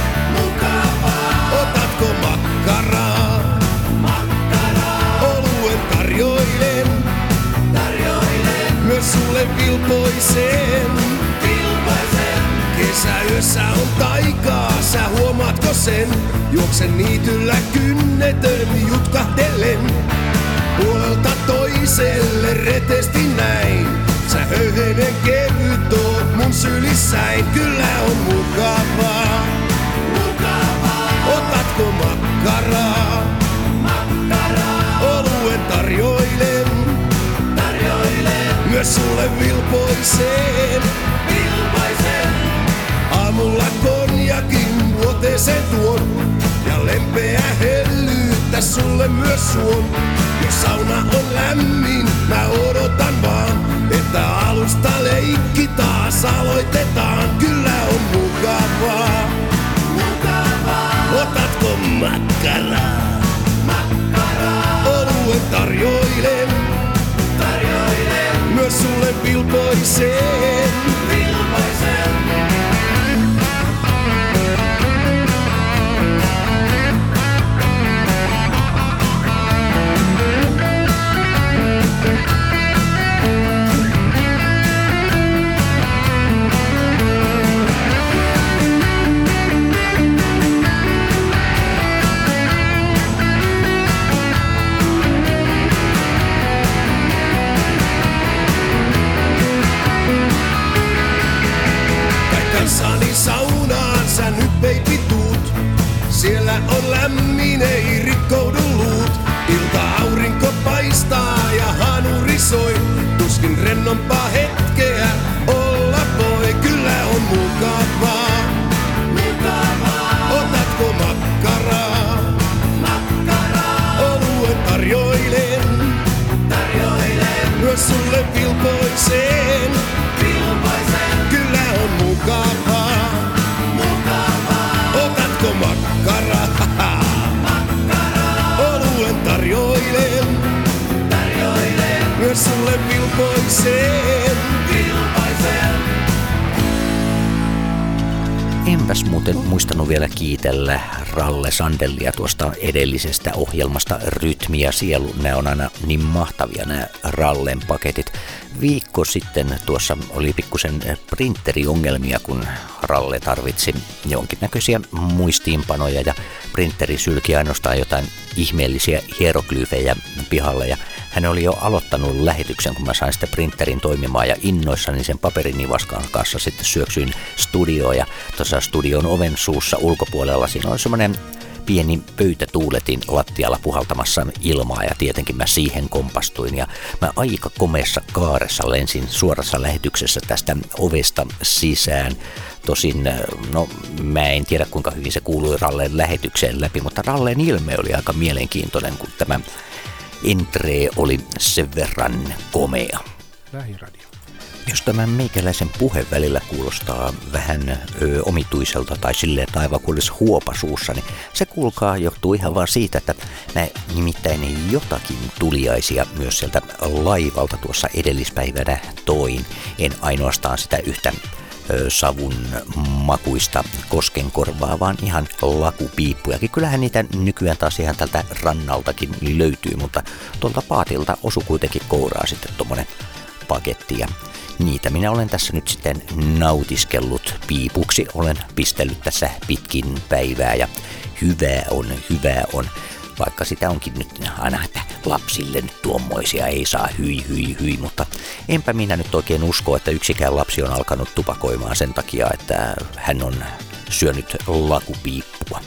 Speaker 5: Mukavaa. Otatko makkaraa? Makkaraa. Oluen tarjoilen. Tarjoilen. Myös sulle vilpoisen. Kesäyössä on taikaa, sä huomaatko sen? Juoksen niityllä kynnetön jutkahtelen. Puolelta toi toiselle retesti näin. Sä höyhenen kevyt oot mun sylissäin, kyllä on mukavaa. Mukavaa. Otatko makkaraa? Makkaraa. Oluen tarjoilen. Tarjoilen. Myös sulle vilpoiseen. Vilpoisen. Aamulla konjakin vuoteeseen tuon. Ja lempeä hellyyttä sulle myös suon. Jos sauna on lämmin, mä odotan vaan, että alusta leikki taas aloitetaan. Kyllä on mukavaa. Mukavaa. Otatko makkaraa? Makkaraa. Oluen tarjoilen. Tarjoilen. Myös sulle vilpoiseen. Vilpoisen. Kanssani saunaan sä nyt baby tuut. Siellä on lämmin, ei rikkoudu luut. Ilta aurinko paistaa ja hanuri soi. Tuskin rennompaa hetkeä olla voi. Kyllä on mukavaa. Mukavaa. Otatko makkaraa? Makkaraa. Oluen tarjoilen. Tarjoilen. Myös sulle vilpoiseen. Vilpoisen. Kyllä on mukavaa. Mukavaa. Otatko makkaraa? Makkaraa. Oluen tarjoilen. Tarjoilen. Myös sulle vilpoiseen. Vilpoisen.
Speaker 4: Enpäs muuten muistanut vielä kiitellä Ralle Sandellia tuosta edellisestä ohjelmasta Rytmi ja sielu. Nämä on aina niin mahtavia nämä Rallen paketit. Viikko sitten tuossa oli pikkusen printeriongelmia, kun Ralle tarvitsi jonkinnäköisiä muistiinpanoja ja printeri sylki ainoastaan jotain ihmeellisiä hieroglyfejä pihalle. Ja hän oli jo aloittanut lähetyksen, kun mä sain sitten printerin toimimaan ja innoissani sen paperinivaskan kanssa sitten syöksyin studioon. Ja tuossa studion oven suussa ulkopuolella siinä on semmoinen pieni pöytätuuletin lattialla puhaltamassa ilmaa ja tietenkin mä siihen kompastuin ja mä aika komeassa kaaressa lensin suorassa lähetyksessä tästä ovesta sisään. Tosin, no mä en tiedä kuinka hyvin se kuului Ralleen lähetykseen läpi, mutta Ralleen ilme oli aika mielenkiintoinen, kun tämä entree oli sen verran komea.
Speaker 10: Lähiradio.
Speaker 4: Jos tämän meikäläisen puhe välillä kuulostaa vähän ö, omituiselta tai silleen, että aivan kuin olisi huopa suussa, niin se kuulkaa johtuu ihan vaan siitä, että mä nimittäin jotakin tuliaisia myös sieltä laivalta tuossa edellispäivänä toin. En ainoastaan sitä yhtä ö, savun makuista koskenkorvaa, vaan ihan lakupiippujakin. Kyllähän niitä nykyään taas ihan tältä rannaltakin löytyy, mutta tuolta paatilta osui kuitenkin kouraa sitten tommonen paketti ja niitä minä olen tässä nyt sitten nautiskellut piipuksi. Olen pistellyt tässä pitkin päivää ja hyvää on, hyvää on. Vaikka sitä onkin nyt aina, että lapsille nyt tuommoisia ei saa hyi, hyi, hyi. Mutta enpä minä nyt oikein usko, että yksikään lapsi on alkanut tupakoimaan sen takia, että hän on syönyt lakupiippua.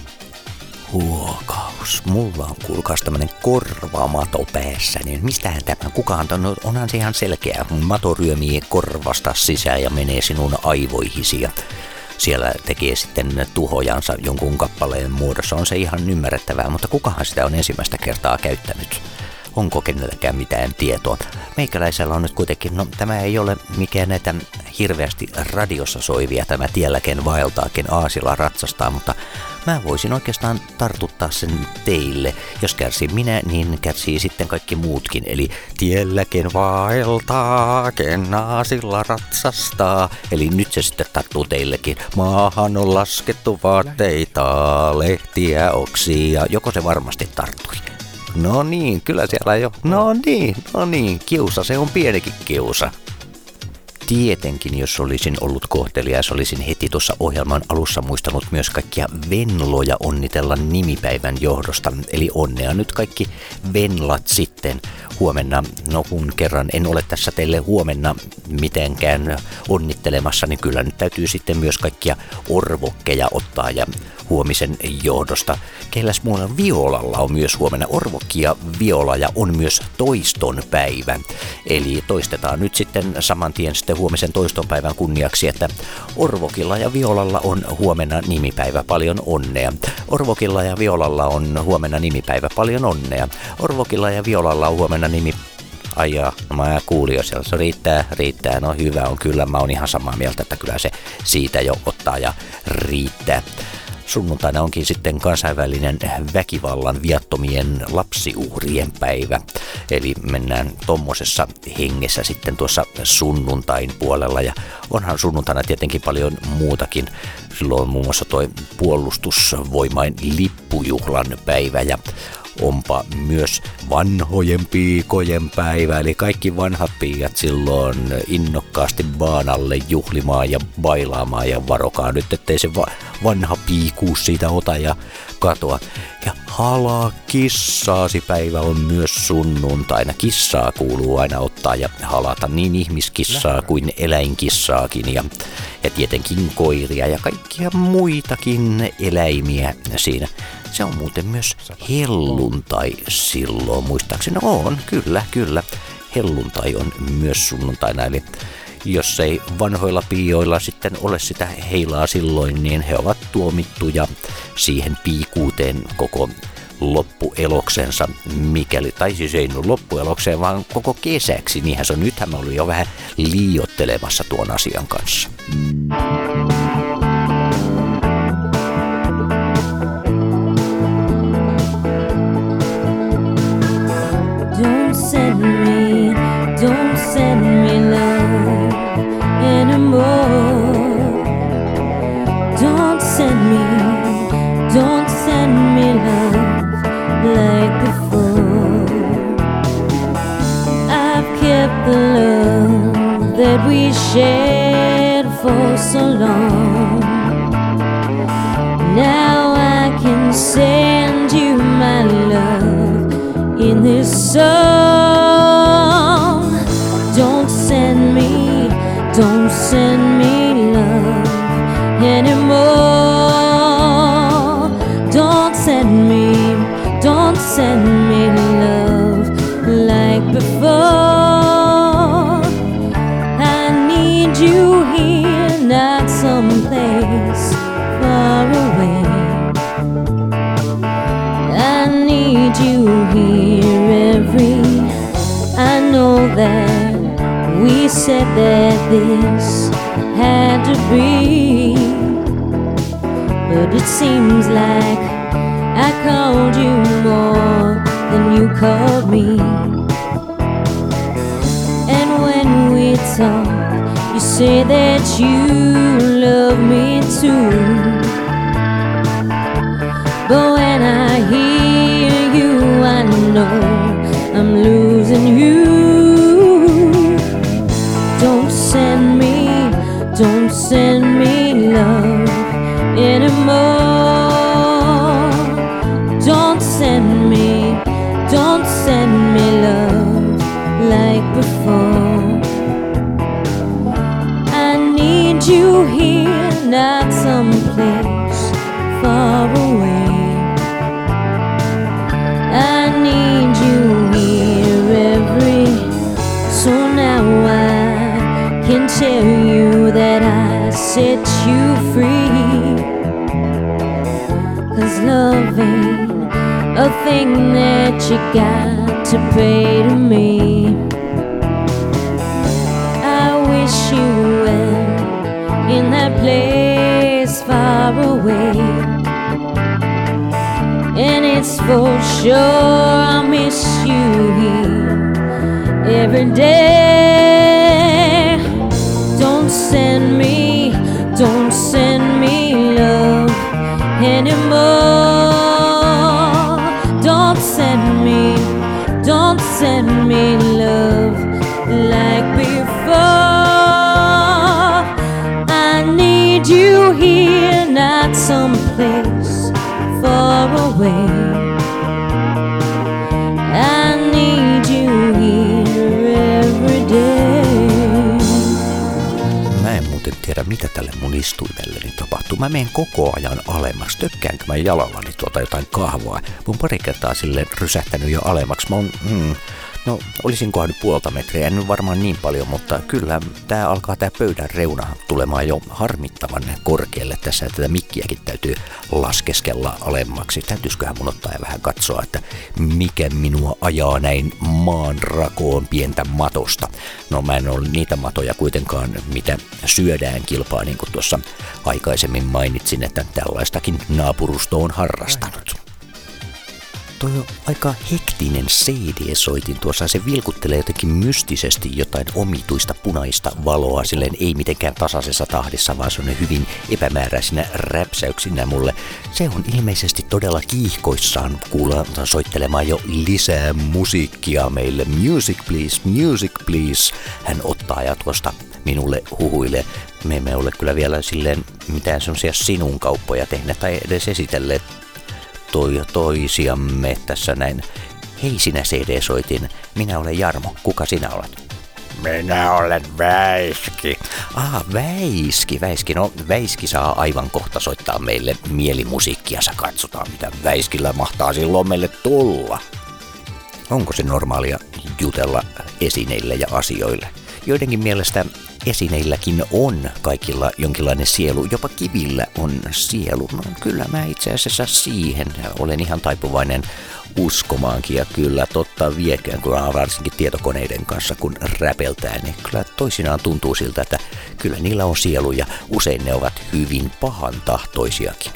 Speaker 4: Huokaus. Mulla on kuulkaas tämmönen korvamato päässä, niin mistähän tämä kukaan on? Onhan se ihan selkeä. Mato ryömii korvasta sisään ja menee sinun aivoihisi ja siellä tekee sitten tuhojansa jonkun kappaleen muodossa. On se ihan ymmärrettävää, mutta kukahan sitä on ensimmäistä kertaa käyttänyt? Onko kenelläkään mitään tietoa? Meikäläisellä on nyt kuitenkin, no tämä ei ole mikään näitä hirveästi radiossa soivia, tämä tielläken vaeltaakin aasilla ratsastaa, mutta mä voisin oikeastaan tartuttaa sen teille. Jos kärsii minä, niin kärsii sitten kaikki muutkin. Eli tielläken vaeltaaken aasilla ratsastaa. Eli nyt se sitten tarttuu teillekin. Maahan on laskettu vaatteita, lehtiä, oksia. Joko se varmasti tarttui? No niin, kyllä siellä jo. No niin, no niin, kiusa, se on pienikin kiusa. Tietenkin, jos olisin ollut kohtelias, olisin heti tuossa ohjelman alussa muistanut myös kaikkia venloja onnitella nimipäivän johdosta. Eli onnea nyt kaikki venlat sitten huomenna. No kun kerran en ole tässä teille huomenna mitenkään onnittelemassa, niin kyllä nyt täytyy sitten myös kaikkia orvokkeja ottaa ja huomisen johdosta. Keilläs muualla Violalla on myös huomenna orvokki ja Viola ja on myös toiston päivä. Eli toistetaan nyt sitten saman tien sitten huomisen toiston päivän kunniaksi, että Orvokilla ja Violalla on huomenna nimipäivä, paljon onnea. Orvokilla ja Violalla on huomenna nimipäivä, paljon onnea. Orvokilla ja Violalla on huomenna nimi... Ai jaa, no mä kuulin jo siellä, se riittää, riittää, no hyvä on kyllä, mä oon ihan samaa mieltä, että kyllä se siitä jo ottaa ja riittää. Sunnuntaina onkin sitten kansainvälinen väkivallan viattomien lapsiuhrien päivä. Eli mennään tommosessa hengessä sitten tuossa sunnuntain puolella. Ja onhan sunnuntaina tietenkin paljon muutakin. Silloin on muun muassa toi puolustusvoimain lippujuhlan päivä ja onpa myös vanhojen piikojen päivä, eli kaikki vanhat piiat silloin innokkaasti baanalle juhlimaan ja bailaamaan ja varokaa nyt, ettei se va- vanha piikuus siitä ota ja katoa. Ja halaa kissaasi päivä on myös sunnuntaina. Kissaa kuuluu aina ottaa ja halata, niin ihmiskissaa kuin eläinkissaakin ja, ja tietenkin koiria ja kaikkia muitakin eläimiä siinä. Se on muuten myös helluntai silloin, muistaakseni. No on, kyllä, kyllä. Helluntai on myös sunnuntaina, eli jos ei vanhoilla piioilla sitten ole sitä heilaa silloin, niin he ovat tuomittuja siihen piikuuteen koko loppueloksensa, mikäli, tai siis ei nyt loppuelokseen, vaan koko kesäksi. Niinhän se on, nythän mä olin jo vähän liioittelemassa tuon asian kanssa.
Speaker 10: Don't send me, don't send me love anymore. Don't send me, don't send me love like before. I've kept the love that we shared for so long. Now I can send you my love in this song. Don't send me, don't send me love anymore. Don't send me, don't send me love like before. I need you here, not someplace far away. I need you here every. I know that we said that this had to be, but it seems like I called you more than you called me. And when we talk, you say that you love me too. But when I hear you, I know I'm losing you. Don't send me, don't send me love anymore. Don't send me, don't send me love like before. I need you here, not someplace far away. I need you here every. So now I can tell you that I set you free. 'Cause love ain't a thing that you got to pay to me. I wish you well in that place far away. And it's for sure I miss you here every day. Don't send me, don't send me love anymore. Don't send me, don't send me love like before. need you here, not someplace far away. I need you here every day.
Speaker 4: Mä en muuten tiedä, mitä tälle mun istuimelleni tapahtuu. Mä menen koko ajan alemmaksi. Tökkäänkö mä jalallani tuolta jotain kahvaa? Mä oon pari kertaa silleen rysähtänyt jo alemmaksi. Mä oon, hmm, no olisinkohan nyt puolta metriä, en nyt varmaan niin paljon, mutta kyllä tää alkaa tää pöydän reuna tulemaan jo harmittavan korkealle tässä, että tätä mikkiäkin täytyy laskeskella alemmaksi. Täytyisiköhän mun ottaa ja vähän katsoa, että mikä minua ajaa näin maanrakoon pientä matosta. No mä en ole niitä matoja kuitenkaan, mitä syödään kilpaa, niin kuin tuossa aikaisemmin mainitsin, että tällaistakin naapurusto on harrastanut. Toi on aika hektinen C D-soitin tuossa, se vilkuttelee jotenkin mystisesti jotain omituista punaista valoa, silleen ei mitenkään tasaisessa tahdissa, vaan se on hyvin epämääräisinä räpsäyksinä mulle. Se on ilmeisesti todella kiihkoissaan kuulla soittelemaan jo lisää musiikkia meille. Music please, music please. Hän ottaa ja tuosta minulle huhuilee. Me emme ole kyllä vielä silleen mitään semmoisia sinun kauppoja tehneet tai edes esitelleet toi toisiamme tässä näin. Hei sinä C D-soitin, minä olen Jarmo, kuka sinä olet? Minä olen Väiski. Ah, Väiski, Väiski. No, Väiski saa aivan kohta soittaa meille mielimusiikkia. Katsotaan, mitä Väiskillä mahtaa silloin meille tulla. Onko se normaalia jutella esineille ja asioille? Joidenkin mielestä esineilläkin on kaikilla jonkinlainen sielu, jopa kivillä on sielu. No kyllä mä itse asiassa siihen olen ihan taipuvainen uskomaankin ja kyllä totta viekään, kun varsinkin tietokoneiden kanssa kun räpeltää, niin kyllä toisinaan tuntuu siltä, että kyllä niillä on sielu ja usein ne ovat hyvin pahantahtoisiakin.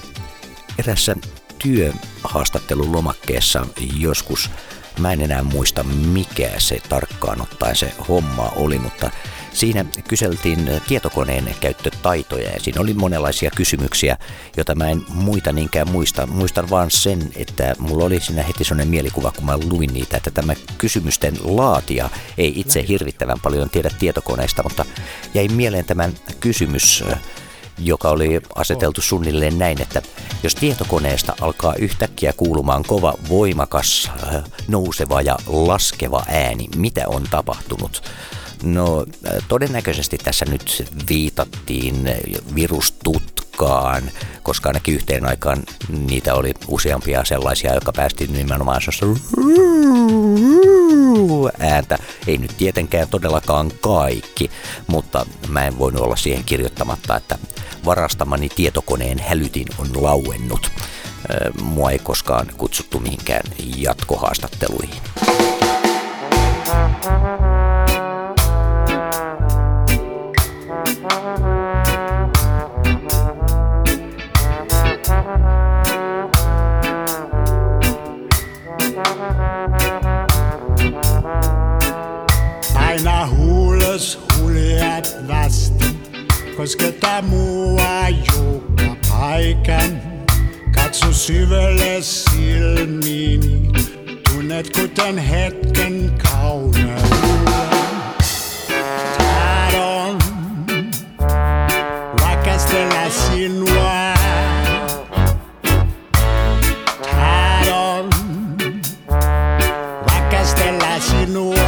Speaker 4: Erässä työhaastattelun lomakkeessa joskus, mä en enää muista mikä se tarkkaan ottaen se homma oli, mutta siinä kyseltiin tietokoneen käyttötaitoja ja siinä oli monenlaisia kysymyksiä, joita mä en muita niinkään muista. Muistan vaan sen, että mulla oli siinä heti sellainen mielikuva, kun mä luin niitä, että tämä kysymysten laatija ei itse hirvittävän paljon tiedä tietokoneista, mutta jäi mieleen tämän kysymys, joka oli aseteltu suunnilleen näin, että jos tietokoneesta alkaa yhtäkkiä kuulumaan kova, voimakas, nouseva ja laskeva ääni, mitä on tapahtunut? No todennäköisesti tässä nyt viitattiin virustutkaan, koska ainakin yhteen aikaan niitä oli useampia sellaisia, jotka päästiin nimenomaan ääntä. Ei nyt tietenkään todellakaan kaikki, mutta mä en voinut olla siihen kirjoittamatta, että varastamani tietokoneen hälytin on lauennut. Mua ei koskaan kutsuttu mihinkään jatkohaastatteluihin.
Speaker 9: Aina huules huljat vasti, kosketa mua joka paikan. Katso syvälle silmiini, tunnet kuten hetken kauneuden. Tahdon rakastella sinua. Tahdon rakastella sinua.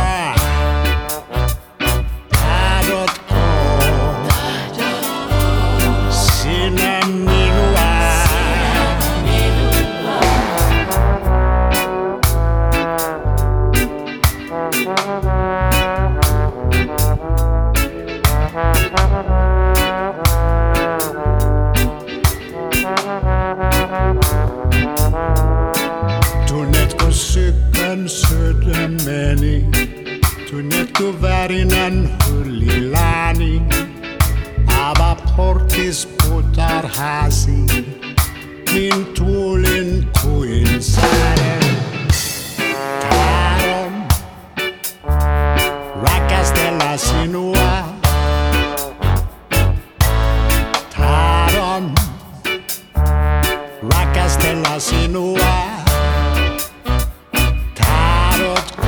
Speaker 9: Tunnetko sykkän sydämeni? Tunnetko värinän hyllilläni? Avaa portis puutarhasi, niin tuulin kuin sade. Tahdon rakastella sinua. Tahdon rakastella sinua. Tahdotko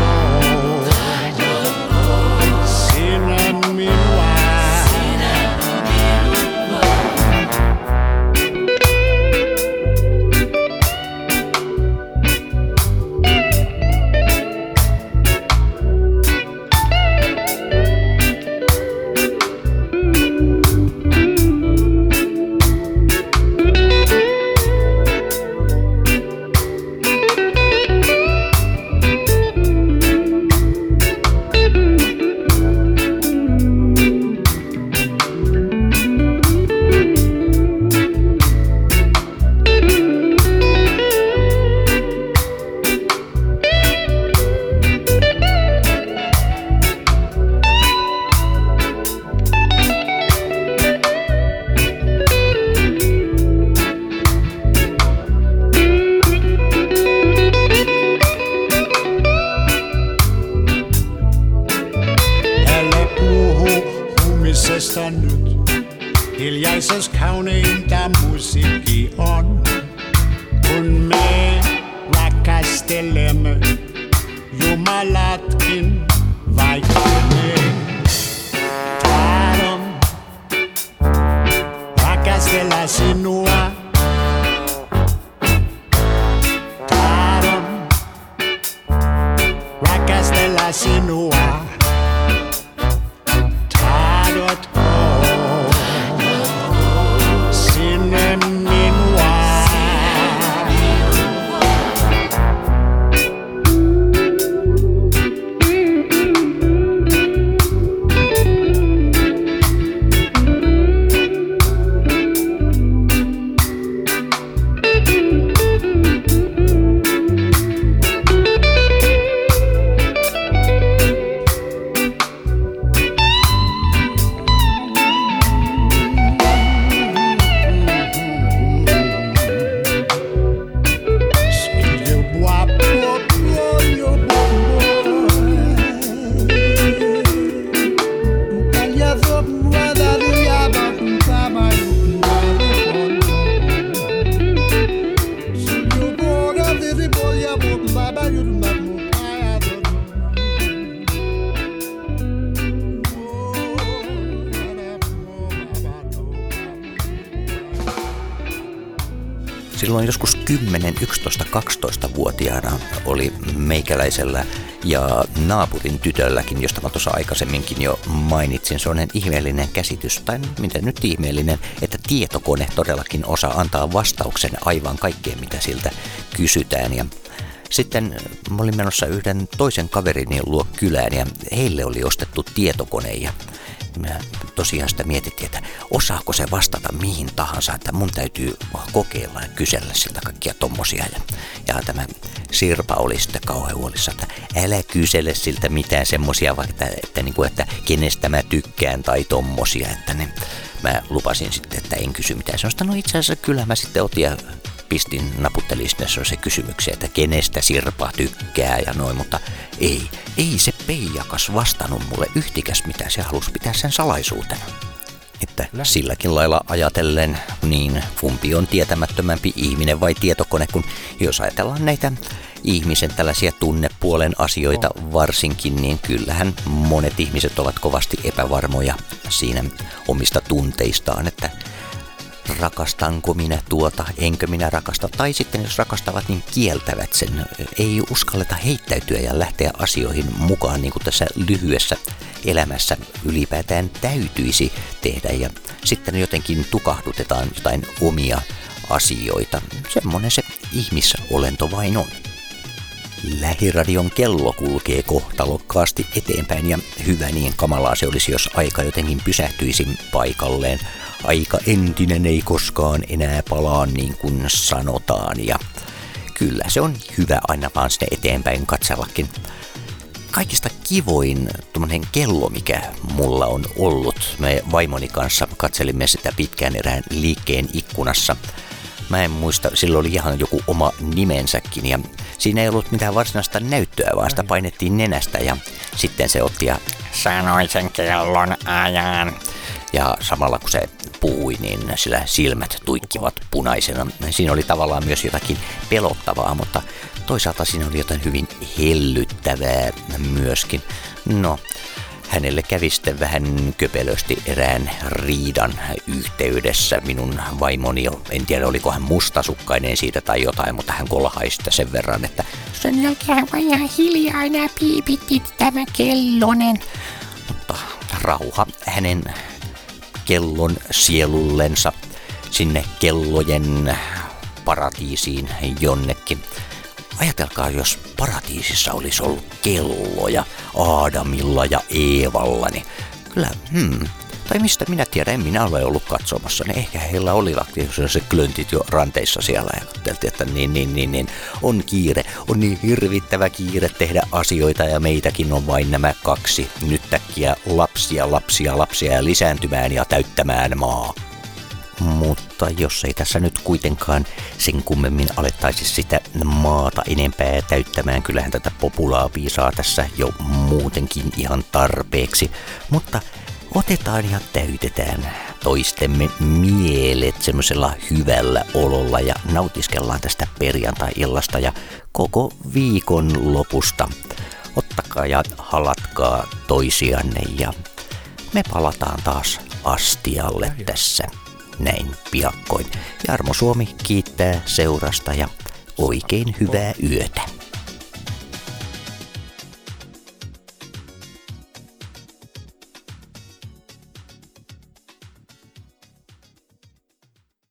Speaker 9: sinä minua? Hiljaisuus kauneinta musiikki on, kun me rakastelemme, jumalatkin vaihtuneet. Tahdon rakastella sinua. Tahdon rakastella sinua. Tahdotko sinne minua?
Speaker 4: Silloin joskus kymmenen, yksitoista, kaksitoista-vuotiaana oli meikäläisellä ja naapurin tytölläkin, josta mä tuossa aikaisemminkin jo mainitsin, sellainen ihmeellinen käsitys, tai miten nyt ihmeellinen, että tietokone todellakin osaa antaa vastauksen aivan kaikkeen, mitä siltä kysytään. Ja sitten mä olin menossa yhden toisen kaverini luo kylään ja heille oli ostettu tietokone ja mä tosiaan sitä mietittiin, että osaako se vastata mihin tahansa, että mun täytyy kokeilla ja kysellä siltä kaikkia tommosia. Ja, ja tämä Sirpa oli sitten kauhean huolissa, että älä kysele siltä mitään semmosia, vaikka että, että, niin kuin, että kenestä mä tykkään tai tommosia. Että ne, mä lupasin sitten, että en kysy mitään sellaista. No itse asiassa kyllä mä sitten otin ja pistin, naputtelin sinne sellaisia kysymyksiä, että kenestä Sirpa tykkää ja noin, mutta ei, ei se peijakas vastannut mulle yhtikäs mitään, se halusi pitää sen salaisuutena. Että silläkin lailla ajatellen, niin kumpi on tietämättömämpi ihminen vai tietokone, kun jos ajatellaan näitä ihmisen tällaisia tunnepuolen asioita varsinkin, niin kyllähän monet ihmiset ovat kovasti epävarmoja siinä omista tunteistaan, että rakastanko minä tuota, enkö minä rakasta, tai sitten jos rakastavat, niin kieltävät sen. Ei uskalleta heittäytyä ja lähteä asioihin mukaan, niin kuin tässä lyhyessä elämässä ylipäätään täytyisi tehdä, ja sitten jotenkin tukahdutetaan jotain omia asioita. Semmoinen se ihmisolento vain on. Lähiradion kello kulkee kohtalokkaasti eteenpäin ja hyvä niin, kamalaa se olisi, jos aika jotenkin pysähtyisi paikalleen. Aika entinen ei koskaan enää palaa niin kuin sanotaan ja kyllä se on hyvä aina vaan sinne eteenpäin katsellakin. Kaikista kivoin tuommoinen kello, mikä mulla on ollut. Me vaimoni kanssa katselimme sitä pitkään erään liikkeen ikkunassa. Mä en muista, sillä oli ihan joku oma nimensäkin ja siinä ei ollut mitään varsinaista näyttöä, vaan sitä painettiin nenästä ja sitten se otti ja sanoi sen kellon ajan. Ja samalla kun se puhui, niin sillä silmät tuikkivat punaisena. Siinä oli tavallaan myös jotakin pelottavaa, mutta toisaalta siinä oli jotain hyvin hellyttävää myöskin. No, hänelle kävi sitten vähän köpelösti erään riidan yhteydessä. Minun vaimoni, en tiedä oliko hän mustasukkainen siitä tai jotain, mutta hän kolhaisi sitä sen verran, että sen jälkeen vaan ihan hiljaa enää piipitti tämä kellonen. Mutta rauha hänen kellon sielullensa sinne kellojen paratiisiin jonnekin. Ajatelkaa, jos paratiisissa olisi ollut kelloja Aadamilla ja Eevalla, niin kyllä, hmm, tai mistä minä tiedän, en minä ole ollut katsomassa, niin ehkä heillä olivat se klöntit jo ranteissa siellä ja katseltiin, että niin, niin, niin, niin, on kiire, on niin hirvittävä kiire tehdä asioita ja meitäkin on vain nämä kaksi nyttäkkiä lapsia, lapsia, lapsia ja lisääntymään ja täyttämään maa. Mutta jos ei tässä nyt kuitenkaan sen kummemmin alettaisi sitä maata enempää täyttämään, kyllähän tätä populaapia saa tässä jo muutenkin ihan tarpeeksi. Mutta otetaan ja täytetään toistemme mielet semmoisella hyvällä ololla ja nautiskellaan tästä perjantai-illasta ja koko viikon lopusta. Ottakaa ja halatkaa toisianne ja me palataan taas astialle tässä näin piakkoin. Jarmo Suomi kiittää seurasta ja oikein hyvää yötä.